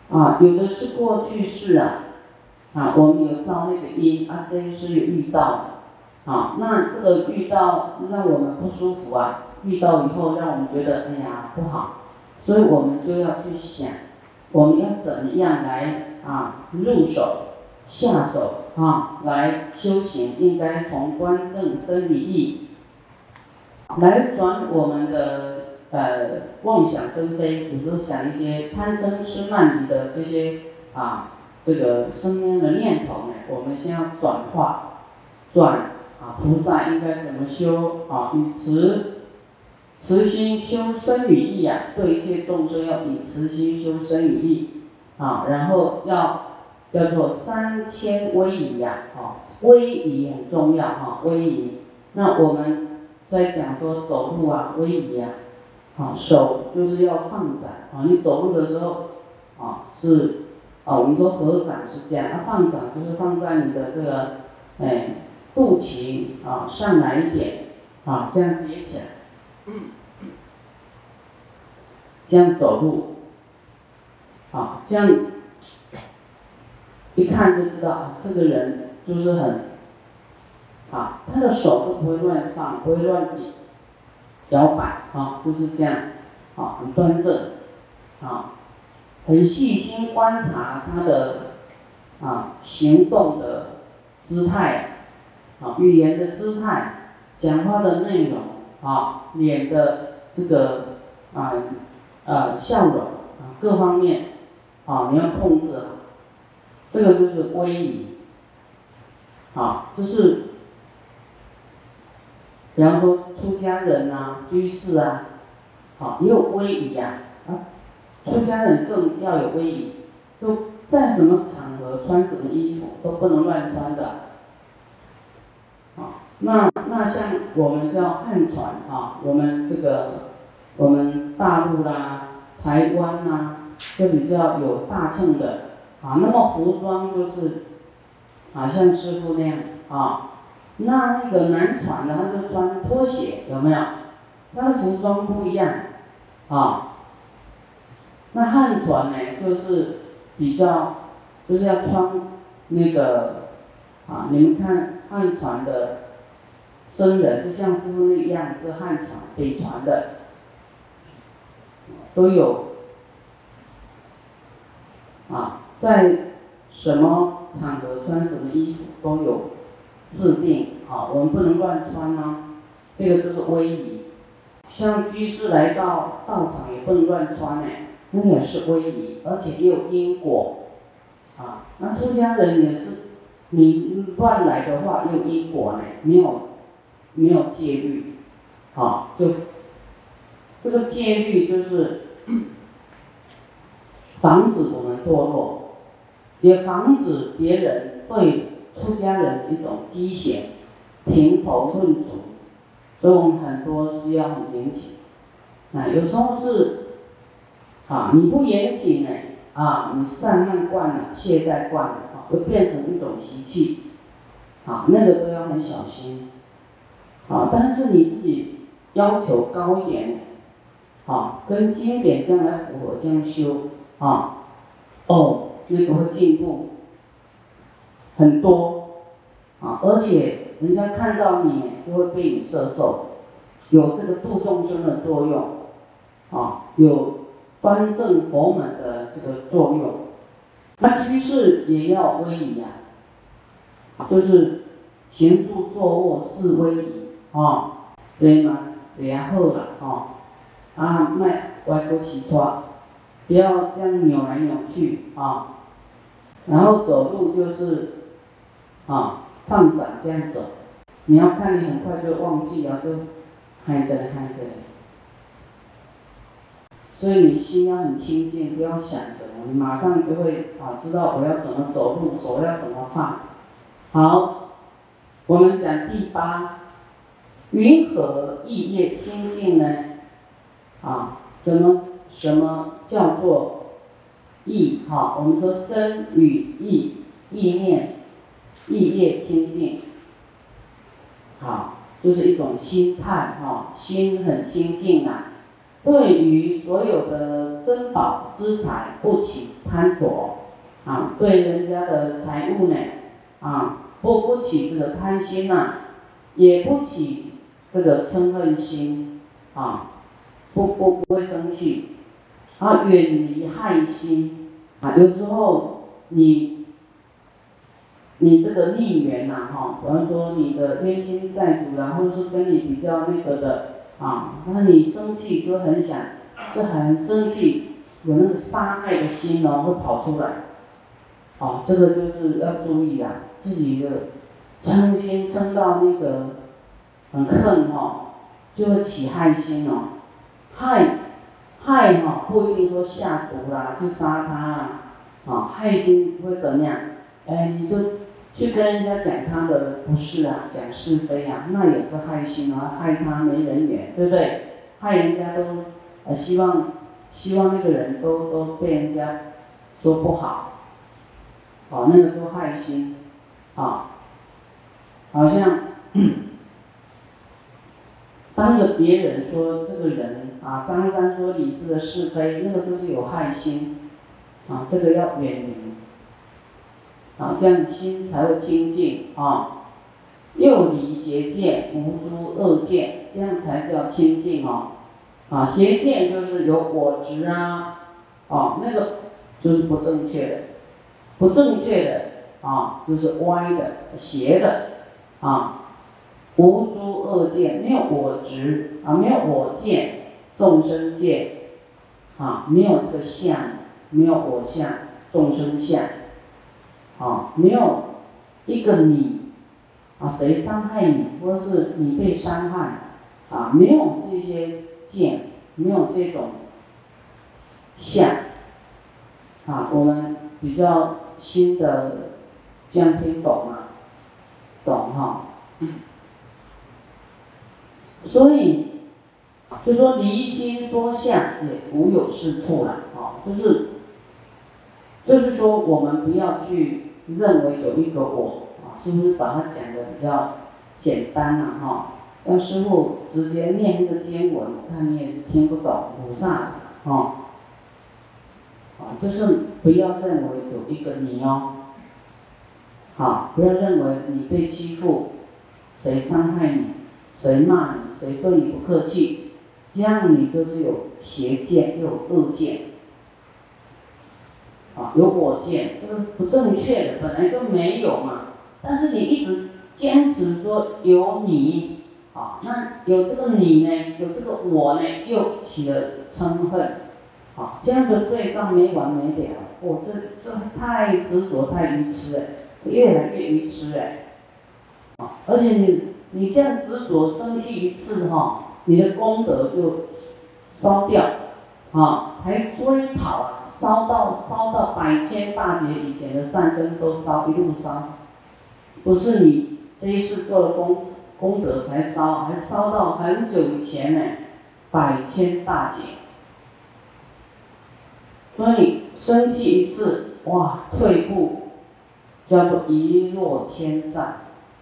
有的是过去式我们有造那个因这一是有遇到那这个遇到让我们不舒服遇到以后让我们觉得哎呀不好，所以我们就要去想，我们要怎么样来入手下手来修行，应该从观正生理意来转我们的妄想纷飞，有时候想一些贪嗔痴慢疑的这些这个生命的念头呢，我们先要转化，菩萨应该怎么修以慈心修身语意对一切众生要以慈心修身语意然后要叫做3000威仪威仪很重要威仪。那我们在讲说走路威仪手就是要放掌你走路的时候是我们说合掌是这样，放掌就是放在你的这个肚脐上来一点这样叠起来，这样走路这样一看就知道这个人就是很他的手都不会乱放，不会乱摇摆就是这样很端正很细心观察他的行动的姿态语言的姿态，讲话的内容脸的这个笑容各方面你要控制这个就是威仪就是比方说出家人居士也有威仪出家人更要有威仪，就在什么场合穿什么衣服都不能乱穿的那像我们叫汉传我们大陆台湾就比较有大乘的那么服装就是像师父那样那个南传的他就穿拖鞋，有没有？他的服装不一样那汉传呢就是比较就是要穿那个你们看汉传的僧人就像师父那个样子，汉传北传的都有在什么场合穿什么衣服都有制定我们不能乱穿这个就是威仪。像居士来到道场也不能乱穿那也是威仪，而且也有因果那出家人也是，你乱来的话也有因果没有戒律就这个戒律就是防止我们堕落，也防止别人对出家人的一种讥嫌评头论足，所以我们很多是要很严谨有时候是你不严谨你散漫惯了，懈怠惯了会变成一种习气那个都要很小心但是你自己要求高一点跟经典这样来符合，这样修那个会进步很多而且人家看到你就会被你摄受，有这个度众生的作用有端正佛门的这个作用。那居士也要威仪就是行住坐卧是威仪这嘛这样好了卖歪勾起抓，不要这样扭来扭去然后走路就是放掌这样走，你要看你很快就忘记了，就嗨着所以你心要很清净，不要想什么，你马上就会知道我要怎么走路，手要怎么放。好，我们讲第8，云何意业清净呢？什么叫做意我们说身语意念意业清净就是一种心态心很清净对于所有的珍宝资财不起贪着，啊，对人家的财物呢，啊，不起这个贪心呐，也不起这个嗔恨心，啊，不会生气，啊，远离害心，啊，有时候你这个逆缘呐，哈，比方说你的冤亲债主啦，或者是跟你比较那个的，啊，那你生气就很想，就很生气，有那个杀害的心哦，会跑出来，哦，这个就是要注意啦，自己的嗔心嗔到那个很恨哦，就会起害心哦，害哈，不一定说下毒啦，去杀他啦，啊，害心会怎么样？哎，你就去跟人家讲他的不是啊，讲是非啊，那也是害心啊，害他没人缘，对不对？害人家都希望那个人都被人家说不好，哦，那个就害心，啊，好像当着别人说这个人啊，张三说李四的是非，那个就是有害心，啊，这个要远离。啊，这样心才会清净啊，又离邪见，无诸恶见，这样才叫清净哦。啊，邪见就是有我执啊，啊，那个就是不正确的，不正确的啊，就是歪的、邪的啊。无诸恶见，没有我执啊，没有我见，众生见啊，没有这个相，没有我相，众生相。啊，没有一个你，啊，谁伤害你，或是你被伤害，啊，没有这些见，没有这种相，啊，我们比较新的，这样听懂吗？懂哈，所以就说离心说相也无有是处了，啊，就是说我们不要去认为有一个我啊，是不是把它讲的比较简单了哈？让师父直接念那个经文，我看你也是听不懂，五煞煞哈。啊，就是不要认为有一个你哦，好，不要认为你被欺负，谁伤害你，谁骂你，谁对你不客气，这样你就是有邪见，又有恶见。啊，有我见，这个不正确的，本来就没有嘛。但是你一直坚持说有你，啊，那有这个你呢，有这个我呢，又起了嗔恨，啊，这样的罪障没完没了。哦，这太执着，太愚痴了，越来越愚痴哎。啊，而且你这样执着生气一次哈，你的功德就烧掉。啊，还追跑啊，烧到百千大劫以前的善根都烧，一路烧，不是你这一世做的功德才烧，还烧到很久以前呢，百千大劫。所以生气一次，哇，退步叫做一落千丈，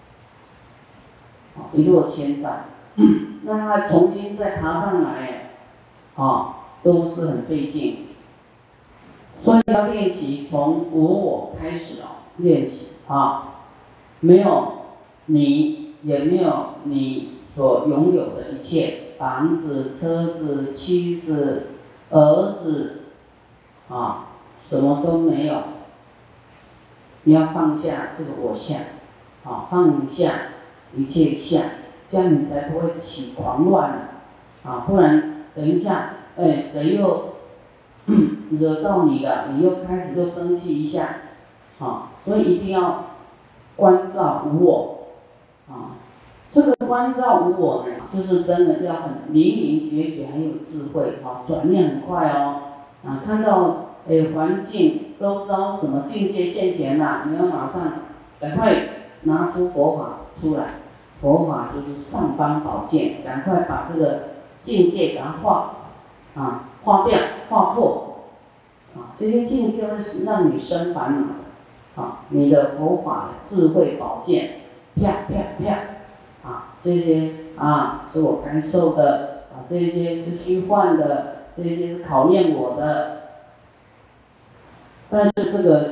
一落千丈，那他重新再爬上来，啊。都是很费劲，所以要练习从无我开始哦，练习啊，没有你，也没有你所拥有的一切，房子、车子、妻子、儿子，啊，什么都没有。你要放下这个我相，啊，放下一切相，这样你才不会起狂乱，啊，不然等一下。哎，谁又惹到你了？你又开始就生气一下，啊，所以一定要关照无我，啊，这个关照无我呢，就是真的要很灵敏决绝，很有智慧，啊，转念很快哦，啊，看到环境周遭什么境界现前了，你要马上赶快拿出佛法出来，佛法就是尚方宝剑，赶快把这个境界给它化掉、化破，啊，这些境界会让你生烦恼的，啊，你的佛法的智慧宝剑，啪啪啪，啊，这些啊是我该受的，啊， 这一些是虚幻的，这一些是考验我的。但是这个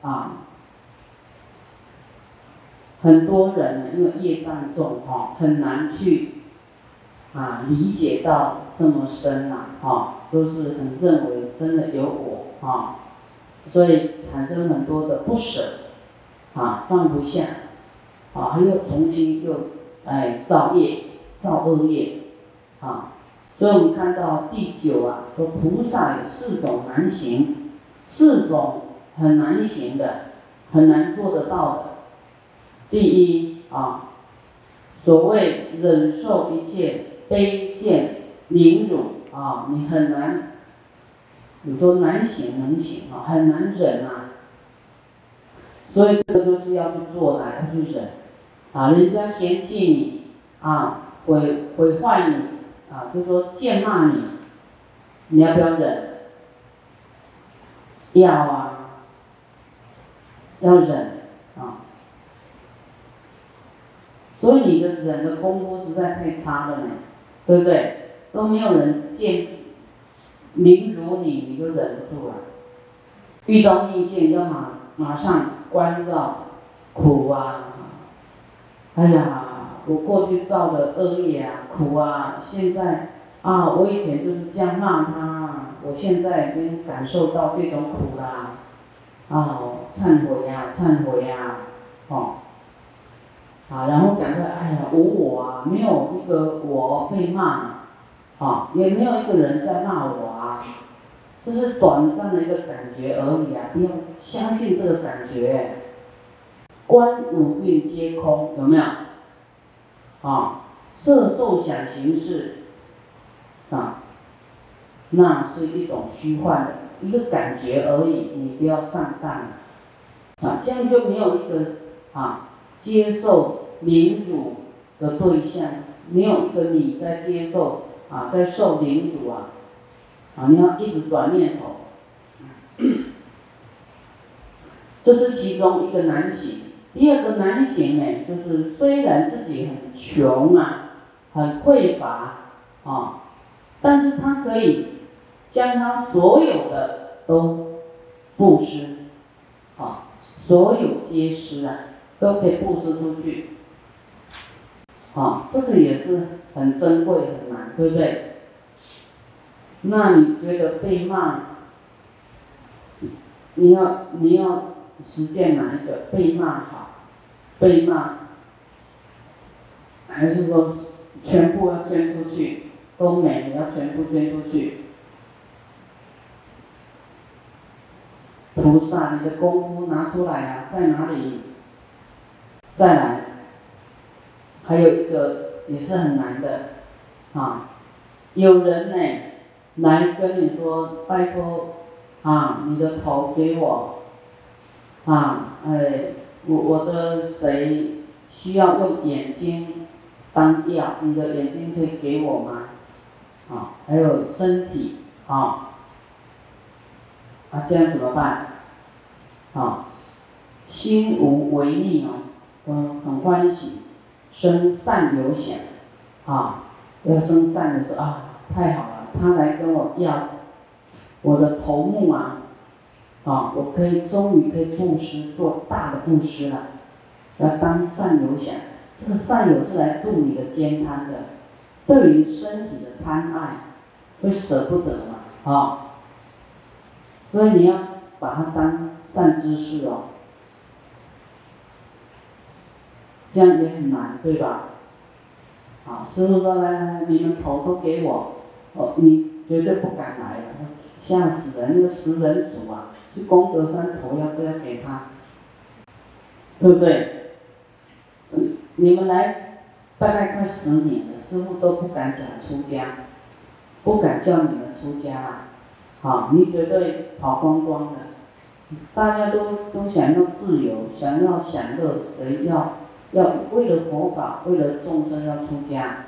很多人呢，因为业障重很难去理解到这么深都是很认为真的有我所以产生很多的不舍放不下还又重新又造业造恶业所以我们看到第9说菩萨有4种难行，4种很难行的，很难做得到的。第一所谓忍受一切卑贱凌辱你很难，你说难行能行很难忍所以这个就是要去做的，要去忍人家嫌弃你毁坏你就说贱骂你，你要不要忍？要忍所以你的忍的功夫实在太差了呢，对不对？都没有人凌辱你，你就忍不住了。遇到逆境要马上关照苦哎呀，我过去造的恶业苦现在我以前就是这样骂他，我现在已经感受到这种苦了忏悔然后赶快无我没有一个我被骂也没有一个人在骂我这是短暂的一个感觉而已不要相信这个感觉。观五蕴皆空，有没有色受想行识那是一种虚幻的一个感觉而已，你不要上当这样就没有一个接受凌辱的对象，没有一个你在接受在受凌辱你要一直转念头这是其中一个难行。第2个难行呢，就是虽然自己很穷很匮乏但是他可以将他所有的都布施所有皆施都可以布施出去这个也是很珍贵很难，对不对？那你觉得被骂你要实践哪一个？被骂好，被骂还是说全部要捐出去？都没，你要全部捐出去。菩萨，你的功夫拿出来在哪里？再来，还有一个也是很难的有人呢来跟你说，拜托你的头给我我的谁需要用眼睛当药，你的眼睛可以给我吗？还有身体这样怎么办？心无违逆很欢喜，生善有想要生善的时候太好了，他来跟我要我的头目我终于可以布施，做大的布施了，要当善有想。这个善有是来度你的坚贪的，对于身体的贪爱会舍不得所以你要把它当善知识这样也很难，对吧？师父说来，你们头都给我你绝对不敢来了，吓死人！那个食人族去功德山头都要给他，对不对？你们来大概快10年了，师父都不敢讲出家，不敢叫你们出家你绝对跑光光的。大家都想要自由，想要享乐，谁要为了佛法，为了众生要出家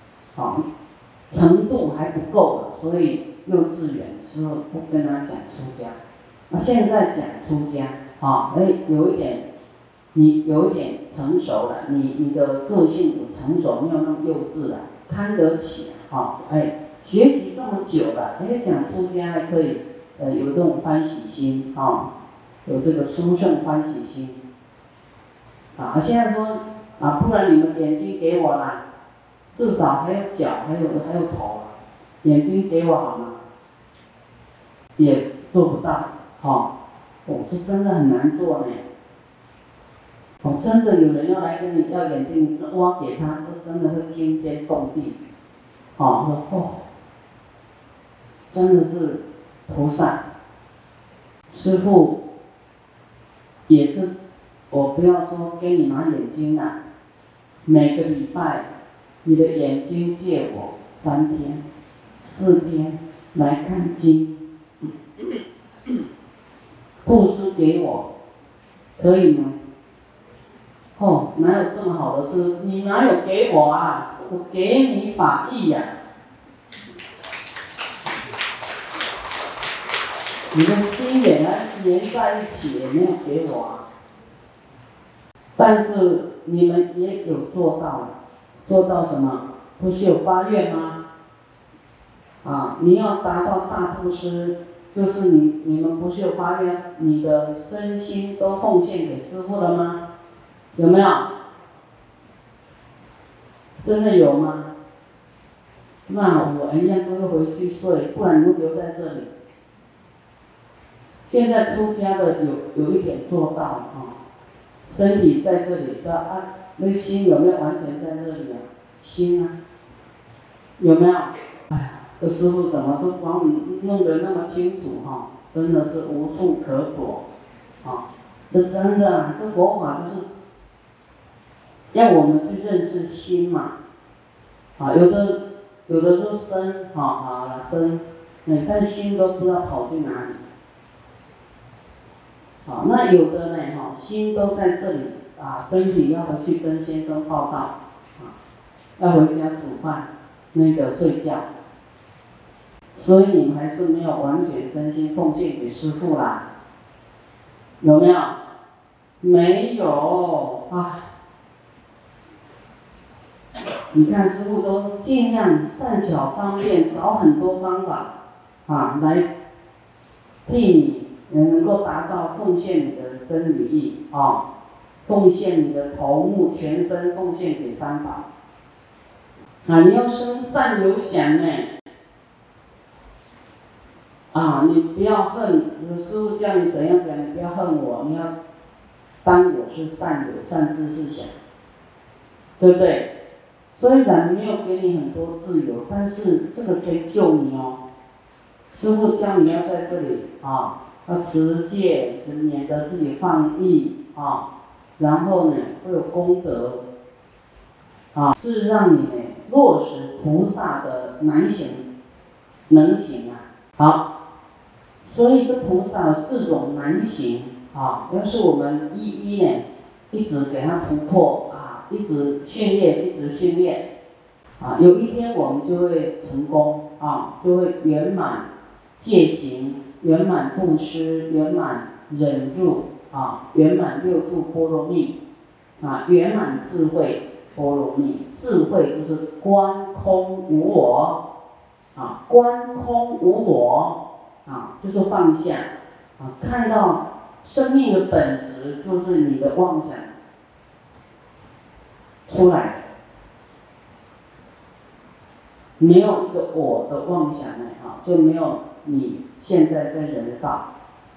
程度还不够所以幼稚园时候不跟他讲出家。那现在讲出家有一点，你有一点成熟了，你的个性有成熟，没有那么幼稚了看得起啊，学习这么久了，讲出家还可以，有这种欢喜心啊，有这个殊胜欢喜心啊。现在说啊，不然你们眼睛给我啦，至少还有脚，还有头，眼睛给我好吗？也做不到，这真的很难做呢。真的有人要来跟你要眼睛，挖给他，这真的会惊天动地。真的是菩萨。师父也是，我不要说给你拿眼睛啦，每个礼拜你的眼睛借我3天、4天来看经，布施给我，可以吗？哪有这么好的事？你哪有给我啊？是我给你法益呀。你的心也连在一起，也没有给我啊。但是你们也有做到了，做到什么？不是有发愿吗？你要达到大布施，就是你们不是有发愿，你的身心都奉献给师父了吗？有没有？真的有吗？那我一样都会回去睡，不然你会留在这里。现在出家的有一点做到啊，身体在这里的那心有没有完全在这里啊？心啊，有没有？这师父怎么都帮你弄得那么清楚真的是无处可躲这真的，这佛法就是要我们去认识心嘛有的说身好了身，但心都不知道跑去哪里。那有的呢心都在这里身体要回去跟先生报告要回家煮饭睡觉，所以你们还是没有完全身心奉献给师父啦，有没有？没有你看师父都尽量善巧方便，找很多方法来替你能够达到奉献你的身语意奉献你的头目全身奉献给三宝你要生善有想呢你不要恨，师父叫你怎样讲，你不要恨我，你要当我是善有善知识想，对不对？虽然没有给你很多自由，但是这个可以救你师父叫你要在这里要持戒，免得自己放逸然后呢会有功德是让你落实菩萨的难行能行好。所以这菩萨有4种难行要是我们一直给他突破一直训练有一天我们就会成功就会圆满戒行，圆满布施，圆满忍辱圆满6度波罗蜜圆满智慧波罗蜜。智慧就是观空无我观空无我就是放下看到生命的本质就是你的妄想出来，没有一个我的妄想就没有你现在在人道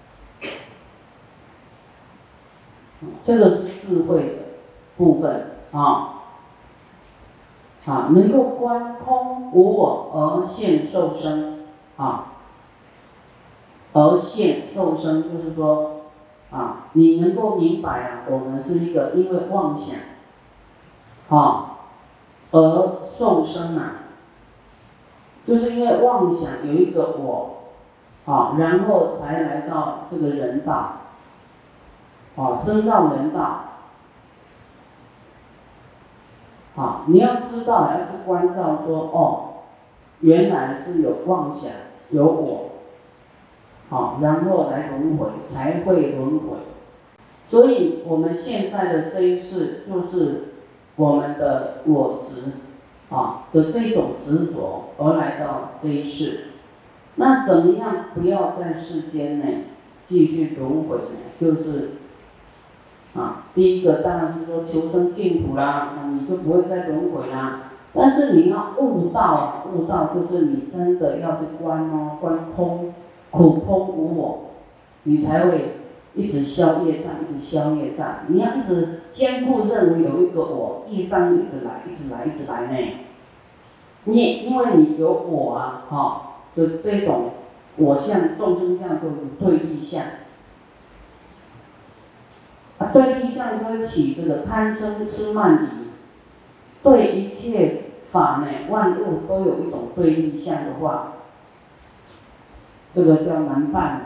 这个是智慧的部分能够观空无我而现受生而现受生就是说你能够明白我们是一个因为妄想而受生就是因为妄想有一个我然后才来到这个人道升到人道你要知道要去关照说原来是有妄想有我然后来轮回才会轮回。所以我们现在的这一世就是我们的我执的这种执着而来到这一世。那怎么样不要在世间呢继续轮回呢？就是第一个当然是说求生净土啦，你就不会再轮回啦。但是你要悟道，悟道就是你真的要去观观空，苦空无我，你才会一直消业障，一直消业障。你要一直坚固认为有一个我，业障一直来，一直来，一直来呢。因为你有我就这种我相、众生相就有对立相。对立相就会起这个贪嗔痴慢疑，对一切法呢万物都有一种对立相的话，这个叫难办。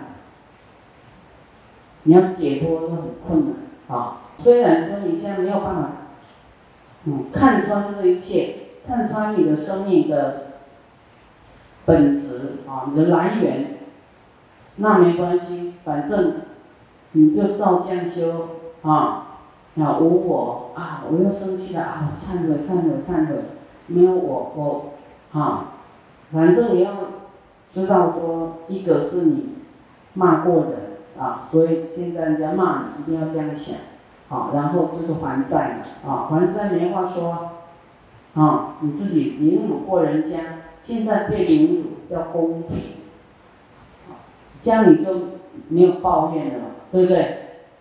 你要解脱就很困难虽然说你现在没有办法，看穿这一切，看穿你的生命的本质你的来源，那没关系，反正你就照这样修无我我又生气了我忏悔忏悔忏悔，没有我反正你要知道说，一个是你骂过人所以现在人家骂你一定要这样想然后就是还债还债没话说你自己凌辱过人家，现在被凌辱叫公平这样你就没有抱怨了嘛，对不对？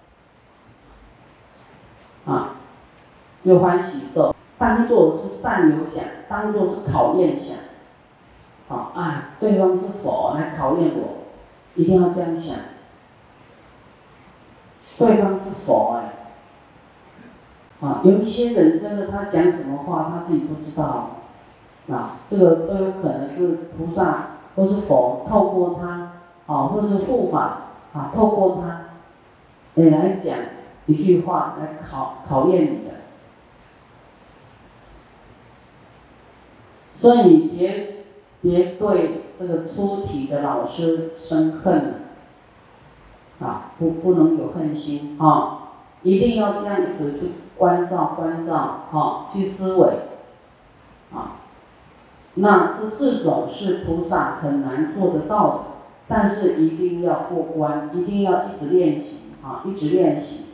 就欢喜受，当作是善有想，当作是考验想对方是佛来考验我，一定要这样想，对方是佛有一些人真的他讲什么话他自己不知道这个都有可能是菩萨或是佛透过他或是护法透过他来讲一句话来考验你的。所以你别对这个出题的老师生恨不能有恨心一定要这样一直去关照去思维那这4种是菩萨很难做得到的，但是一定要过关，一定要一直练习一直练习，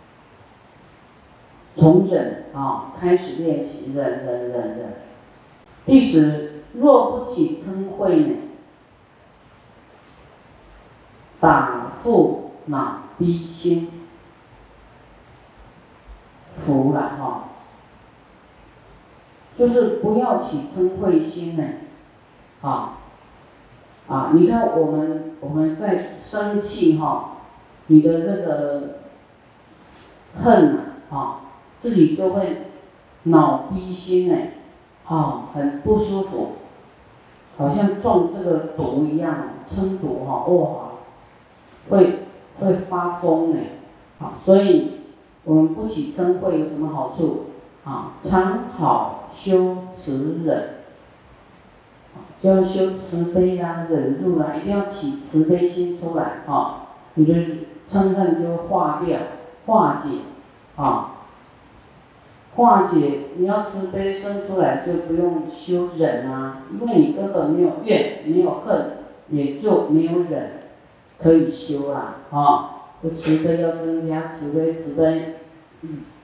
从忍开始练习，忍。第10，若不起嗔恚呢，打覆恼逼心，服了就是不要起嗔恚心呢你看我们在生气你的这个恨自己就会恼逼心很不舒服，好像中这个毒一样嗔毒会发疯所以我们不起嗔恚有什么好处常好修慈忍，就要修慈悲啦、忍辱啦，一定要起慈悲心出来你的嗔恨就会化掉、化解化解。你要慈悲生出来，就不用修忍因为你根本没有怨、没有恨，也就没有忍可以修啦这慈悲要增加，慈悲。